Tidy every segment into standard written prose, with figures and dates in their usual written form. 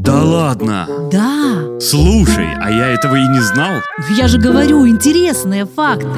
Да ладно? Да. Слушай, а я этого и не знал. Я же говорю, интересные факты.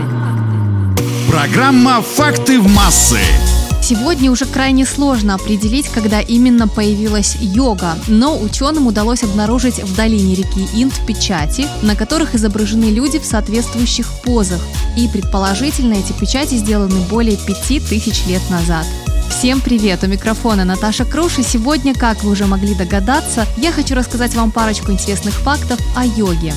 Программа «Факты в массы». Сегодня уже крайне сложно определить, когда именно появилась йога, но ученым удалось обнаружить в долине реки Инд печати, на которых изображены люди в соответствующих позах. И предположительно эти печати сделаны более 5000 лет назад. Всем привет! У микрофона Наташа Круш, и сегодня, как вы уже могли догадаться, я хочу рассказать вам парочку интересных фактов о йоге.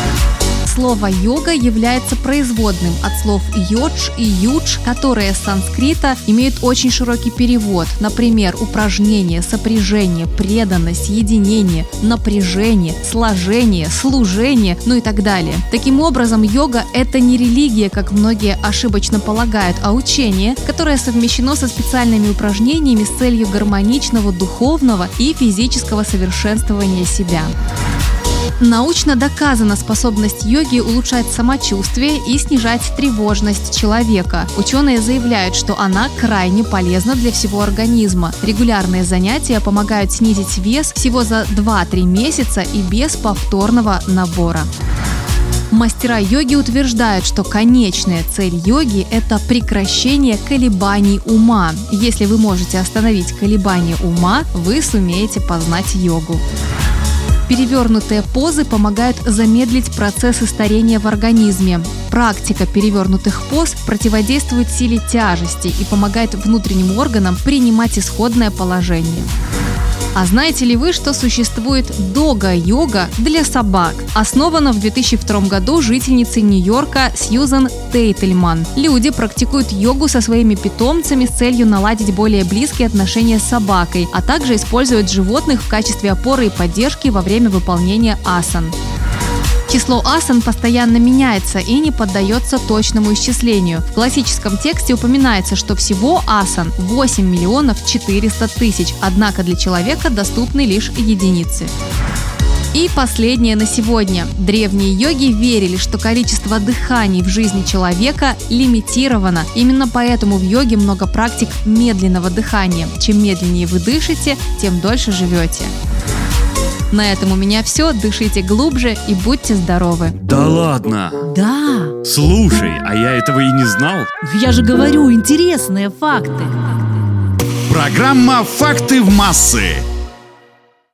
Слово «йога» является производным от слов «йодж» и «юдж», которые с санскрита имеют очень широкий перевод. Например, упражнение, сопряжение, преданность, единение, напряжение, сложение, служение, ну и так далее. Таким образом, йога – это не религия, как многие ошибочно полагают, а учение, которое совмещено со специальными упражнениями с целью гармоничного духовного и физического совершенствования себя. Научно доказана способность йоги улучшать самочувствие и снижать тревожность человека. Ученые заявляют, что она крайне полезна для всего организма. Регулярные занятия помогают снизить вес всего за 2-3 месяца и без повторного набора. Мастера йоги утверждают, что конечная цель йоги – это прекращение колебаний ума. Если вы можете остановить колебания ума, вы сумеете познать йогу. Перевернутые позы помогают замедлить процессы старения в организме. Практика перевернутых поз противодействует силе тяжести и помогает внутренним органам принимать исходное положение. А знаете ли вы, что существует дога-йога для собак? Основана в 2002 году жительницей Нью-Йорка Сьюзан Тейтельман. Люди практикуют йогу со своими питомцами с целью наладить более близкие отношения с собакой, а также используют животных в качестве опоры и поддержки во время выполнения асан. Число асан постоянно меняется и не поддается точному исчислению. В классическом тексте упоминается, что всего асан 8 миллионов 400 тысяч, однако для человека доступны лишь единицы. И последнее на сегодня. Древние йоги верили, что количество дыханий в жизни человека лимитировано. Именно поэтому в йоге много практик медленного дыхания. Чем медленнее вы дышите, тем дольше живете. На этом у меня все. Дышите глубже и будьте здоровы. Да ладно? Да. Слушай, а я этого и не знал. Я же говорю, интересные факты. Программа «Факты в массы».